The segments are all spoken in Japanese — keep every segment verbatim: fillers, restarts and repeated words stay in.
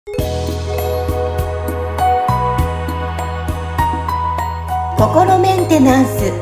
心メンテナンス。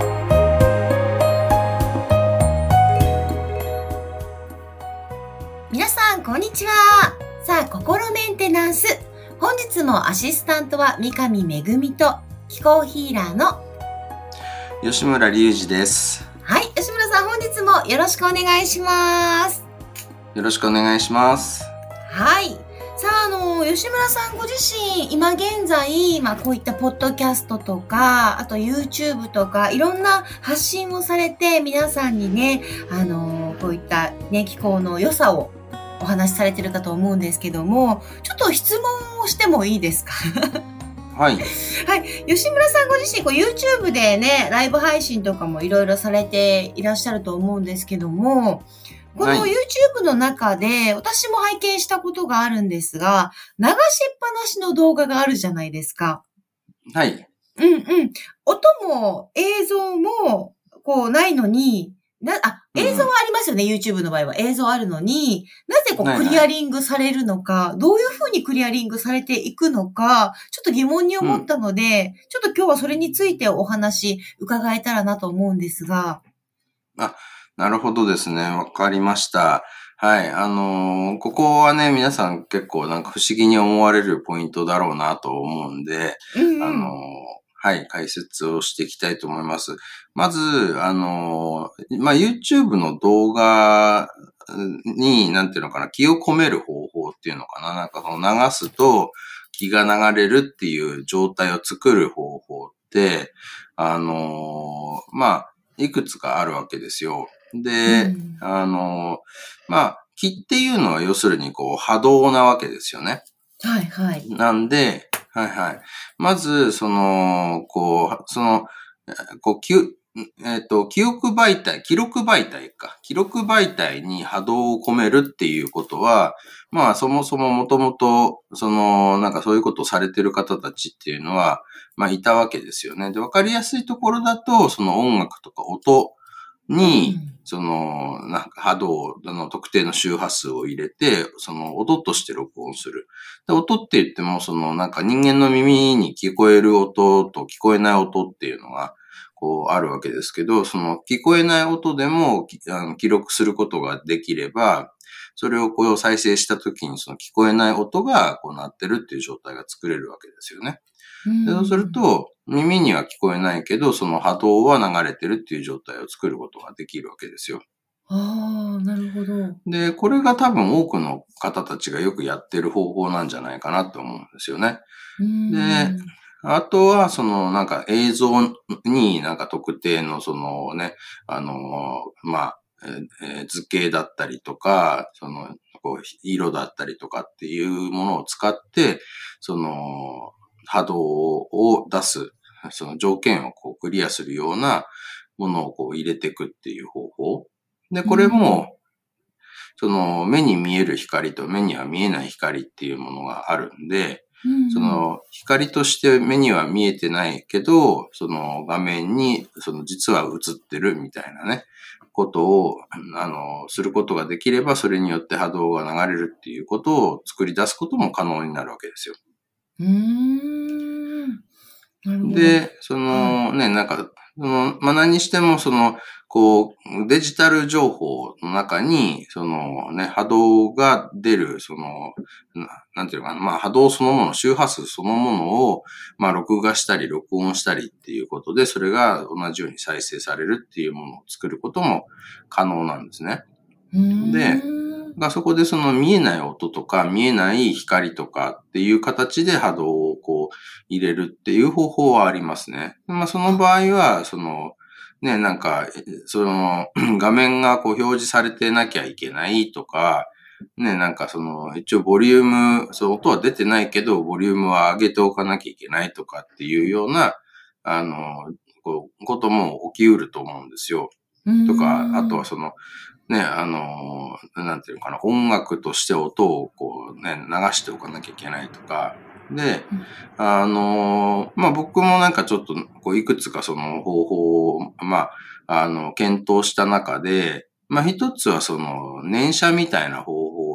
皆さんこんにちは。さあ、心メンテナンス、本日もアシスタントは三上めぐみと気候ヒーラーの吉村隆二です。 はい、吉村さん、本日もよろしくお願いします。 よろしくお願いします。 はい。さあ、あの、吉村さんご自身、今現在、まあ、こういったポッドキャストとか、あと YouTube とか、いろんな発信をされて、皆さんにね、あの、こういったね、気候の良さをお話しされてるかと思うんですけども、ちょっと質問をしてもいいですか？ はい。 はい。吉村さんご自身、こう YouTube でね、ライブ配信とかもいろいろされていらっしゃると思うんですけども、この YouTube の中で、私も拝見したことがあるんですが、流しっぱなしの動画があるじゃないですか。 はい。 うんうん。音も映像も、こうないのに、な、あ、映像はありますよね、うんうん、YouTube の場合は。映像あるのに、なぜこうクリアリングされるのか、はいはい、どういうふうにクリアリングされていくのか、ちょっと疑問に思ったので、うん、ちょっと今日はそれについてお話伺えたらなと思うんですが。 あ、なるほどですね。わかりました。はい。あのー、ここはね、皆さん結構なんか不思議に思われるポイントだろうなと思うんで、うんうん、あのー、はい、解説をしていきたいと思います。まず、あのー、まあ、YouTube の動画に、なんていうのかな、気を込める方法っていうのかな。なんかその流すと気が流れるっていう状態を作る方法って、あのー、まあ、いくつかあるわけですよ。で、うん、あの、まあ、気っていうのは要するにこう波動なわけですよね。 はいはい。 なんで、はいはい。まず、その、こう、その、こう、きゅ、えっと、記憶媒体、記録媒体か。記録媒体に波動を込めるっていうことは、まあ、そもそももともと、その、なんかそういうことをされてる方たちっていうのは、まあ、いたわけですよね。で、わかりやすいところだと、その音楽とか音に、うん、その、なんか波動の特定の周波数を入れて、その音として録音する。で、音って言っても、そのなんか人間の耳に聞こえる音と聞こえない音っていうのが、こうあるわけですけど、その聞こえない音でもあの記録することができれば、それをこう再生したときにその聞こえない音がこう鳴ってるっていう状態が作れるわけですよね。でそうすると、耳には聞こえないけど、その波動は流れてるっていう状態を作ることができるわけですよ。 ああ、なるほど。 で、これが多分多くの方たちがよくやってる方法なんじゃないかなと思うんですよね。で、あとは、その、なんか映像になんか特定のそのね、あの、まあ、えー、図形だったりとか、その、こう色だったりとかっていうものを使って、その、波動を出す、その条件をこうクリアするようなものをこう入れていくっていう方法。で、これも、その目に見える光と目には見えない光っていうものがあるんで、うんうん、その光として目には見えてないけど、その画面にその実は映ってるみたいなね、ことを、あの、することができれば、それによって波動が流れるっていうことを作り出すことも可能になるわけですよ。 うーん。なるほど。 で、そのね、なんか、その、まあ、何にしても、その、こう、デジタル情報の中に、そのね、波動が出る、その、ななんていうのかな、まあ、波動そのもの、周波数そのものを、まあ、録画したり、録音したりっていうことで、それが同じように再生されるっていうものを作ることも可能なんですね。で、がそこでその見えない音とか見えない光とかっていう形で波動をこう入れるっていう方法はありますね。まあその場合は、そのね、なんか、その画面がこう表示されてなきゃいけないとか、ね、なんかその一応ボリューム、その音は出てないけどボリュームは上げておかなきゃいけないとかっていうような、あの、こうことも起きうると思うんですよ。とか、あとはその、ね、あの、なんていうのかな、音楽として音をこうね、流しておかなきゃいけないとか、で、あの、まあ、僕もなんかちょっと、こう、いくつかその方法を、まあ、あの、検討した中で、まあ、一つはその、念写みたいな方法を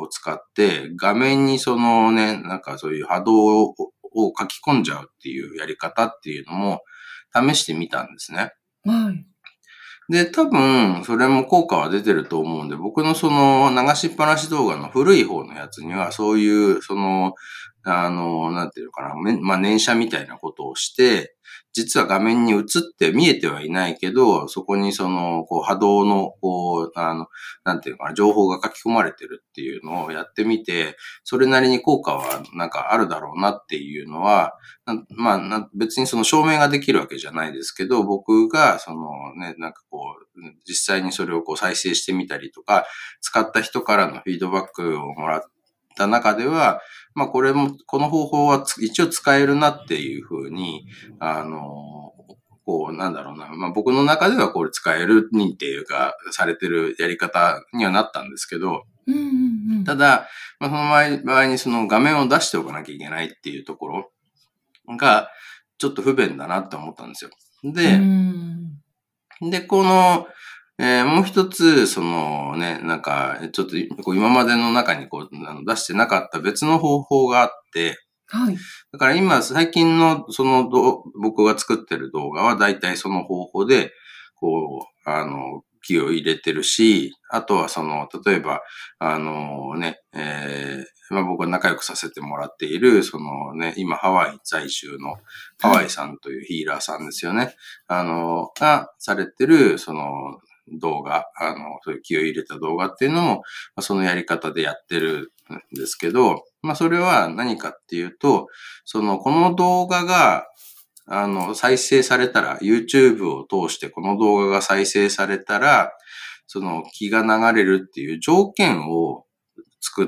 を使って、画面にそのね、なんかそういう波動をを書き込んじゃうっていうやり方っていうのも試してみたんですね。 はい。 で、多分、それも効果は出てると思うんで、僕のその流しっぱなし動画の古い方のやつには、そういう、その、あの、なんていうのかな、まあ、念写みたいなことをして、実は画面に映って見えてはいないけど、そこにその、こう波動の、こう、あの、なんていうのかな、情報が書き込まれてるっていうのをやってみて、それなりに効果はなんかあるだろうなっていうのは、まあな、別にその証明ができるわけじゃないですけど、僕がそのね、なんかこう、実際にそれをこう再生してみたりとか、使った人からのフィードバックをもらった中では、まあこれも、この方法は一応使えるなっていうふうに、あの、こう、なんだろうな。まあ僕の中ではこれ使える認定がされてるやり方にはなったんですけど、 うんうんうん、 ただ、まあ、その場合にその画面を出しておかなきゃいけないっていうところが、ちょっと不便だなって思ったんですよ。で、で、この、えー、もう一つ、そのね、なんか、ちょっとこう今までの中にこうあの出してなかった別の方法があって、 はい。 だから今、最近のそのど僕が作ってる動画は大体その方法で、こう、あの、気を入れてるし、あとはその、例えば、あのね、えー、まあ僕が仲良くさせてもらっている、そのね、今ハワイ在住のハワイさんというヒーラーさんですよね。はい、あの、がされてる、その動画、あの、そういう気を入れた動画っていうのも、そのやり方でやってるんですけど、まあそれは何かっていうと、その、この動画が、あの、再生されたら、YouTube を通してこの動画が再生されたら、その気が流れるっていう条件を作って、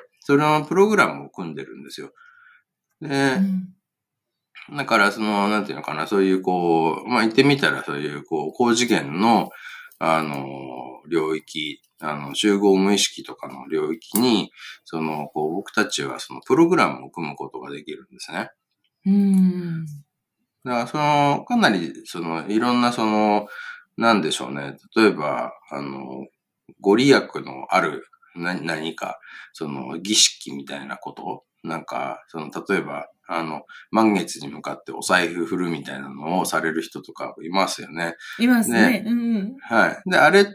それのプログラムを組んでるんですよ。で、うん、だからその、なんていうのかな、そういうこう、まあ言ってみたらそういうこう、高次元の、あの、領域、あの、集合無意識とかの領域に、その、こう、僕たちはそのプログラムを組むことができるんですね。 うん。 だからその、かなり、その、いろんなその、なんでしょうね。例えば、あの、ご利益のある何何か、その、儀式みたいなこと、なんか、その、例えば、あの、満月に向かってお財布振るみたいなのをされる人とかいますよね。 いますね。うんうん。 はい。で、あれって、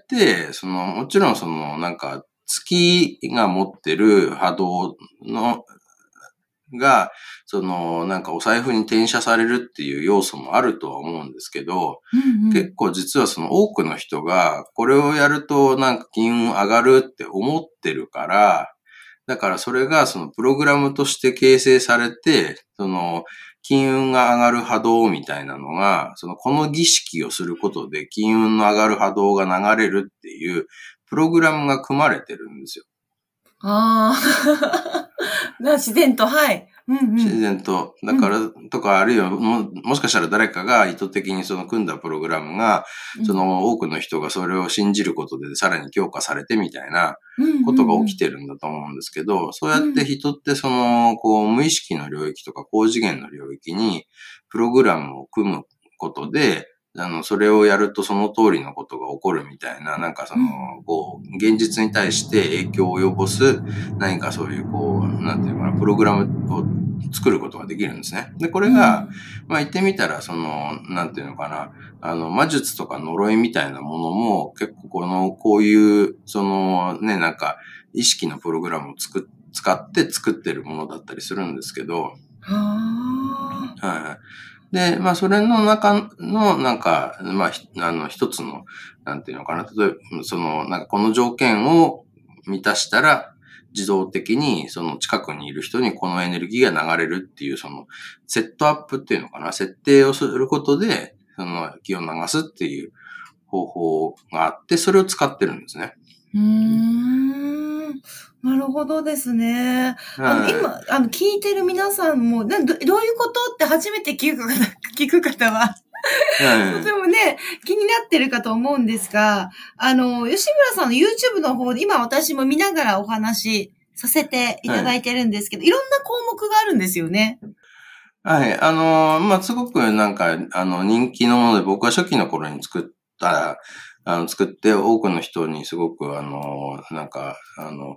その、もちろんその、なんか、月が持ってる波動の、が、その、なんかお財布に転写されるっていう要素もあるとは思うんですけど、うんうん、結構実はその多くの人が、これをやるとなんか金運上がるって思ってるから、だからそれがそのプログラムとして形成されて、その、金運が上がる波動みたいなのが、その、この儀式をすることで金運の上がる波動が流れるっていう、プログラムが組まれてるんですよ。 ああ。自然と、はい。うんうん、 自然と。だから、うん、とか、あるいはも、もしかしたら誰かが意図的にその組んだプログラムが、うん、その多くの人がそれを信じることでさらに強化されてみたいなことが起きてるんだと思うんですけど、うんうんうん、そうやって人ってその、こう、無意識の領域とか高次元の領域にプログラムを組むことで、あの、それをやるとその通りのことが起こるみたいな、なんかその、こう、現実に対して影響を及ぼす、何かそういう、こう、なんていうかな、プログラムを作ることができるんですね。で、これが、まあ言ってみたら、その、なんていうのかな、あの、魔術とか呪いみたいなものも、結構この、こういう、その、ね、なんか、意識のプログラムを作っ使って作ってるものだったりするんですけど、 はあ。はい。で、まあ、それの中の、なんか、まあ、あの、一つの、なんていうのかな。例えば、その、なんか、この条件を満たしたら、自動的に、その近くにいる人にこのエネルギーが流れるっていう、その、セットアップっていうのかな。設定をすることで、その、気を流すっていう方法があって、それを使ってるんですね。 うーん。なるほどですね。あの、今、あの、聞いてる皆さんも、など、どういうことって初めて聞く方、聞く方は、とてもね、気になってるかと思うんですが、あの、吉村さんの YouTube の方で、今私も見ながらお話させていただいてるんですけど、はい、いろんな項目があるんですよね。 はい。あの、まあ、すごくなんか、あの、人気のもので、僕は初期の頃に作った、あの、作って多くの人にすごく、あの、なんか、あの、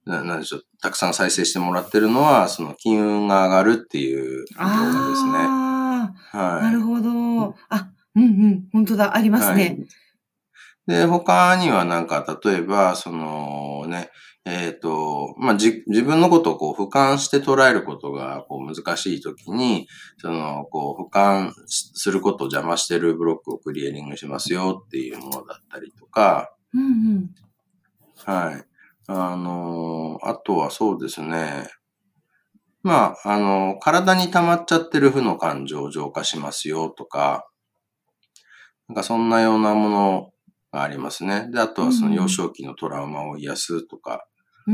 ななんでしょう、たくさん再生してもらってるのは、その金運が上がるっていう動画ですね。 ああ、 はい。 なるほど。あ、うんうん、本当だ、ありますね。 はい、で、他にはなんか、例えば、そのね、えっ、ー、と、まあ、じ、自分のことをこう、俯瞰して捉えることが、こう、難しいときに、その、こう、俯瞰することを邪魔してるブロックをクリエリングしますよっていうものだったりとか、 うんうん。 はい。あの、あとはそうですね。まあ、あの、体に溜まっちゃってる負の感情を浄化しますよとか、なんかそんなようなものがありますね。で、あとはその幼少期のトラウマを癒すとか。 うん。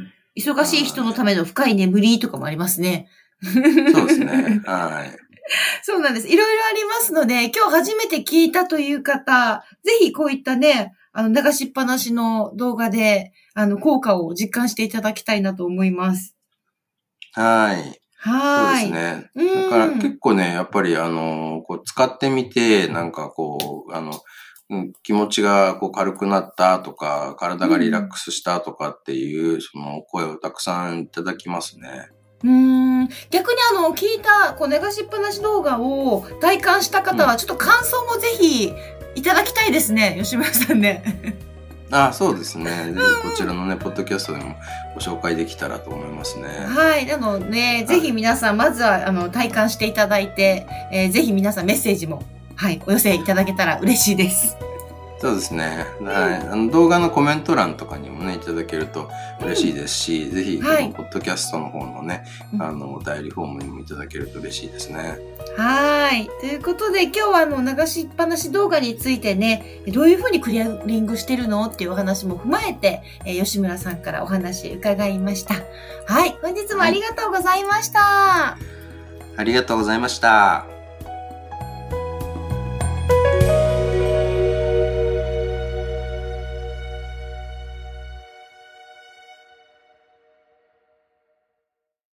忙しい人のための深い眠りとかもありますね。 そうですね。はい。 そうなんです。いろいろありますので、今日初めて聞いたという方、ぜひこういったね、あの、流しっぱなしの動画で、あの、効果を実感していただきたいなと思います。 はい。 はい。 そうですね。だから結構ね、やっぱりあの、こう使ってみて、なんかこう、あの、うん、気持ちがこう軽くなったとか、体がリラックスしたとかっていう、その声をたくさんいただきますね。 うーん。逆にあの、聞いた、こう、流しっぱなし動画を体感した方は、ちょっと感想もぜひいただきたいですね、吉村さんね。 ああ、そうですね。ぜひこちらのね、ポッドキャストでもご紹介できたらと思いますね。 はい。なので、ね、ぜひ皆さん、まずは、あの、体感していただいて、えー、ぜひ皆さんメッセージも、はい、お寄せいただけたら嬉しいです。 そうですね。はい。あの動画のコメント欄とかにもね、いただけると嬉しいですし、うん、ぜひ、このポッドキャストの方のね、はい、あの、お便りフォームにもいただけると嬉しいですね。 はい。ということで、今日はあの、流しっぱなし動画についてね、どういうふうにクリアリングしてるのっていうお話も踏まえて、えー、吉村さんからお話伺いました。はい。本日もありがとうございました。はい、ありがとうございました。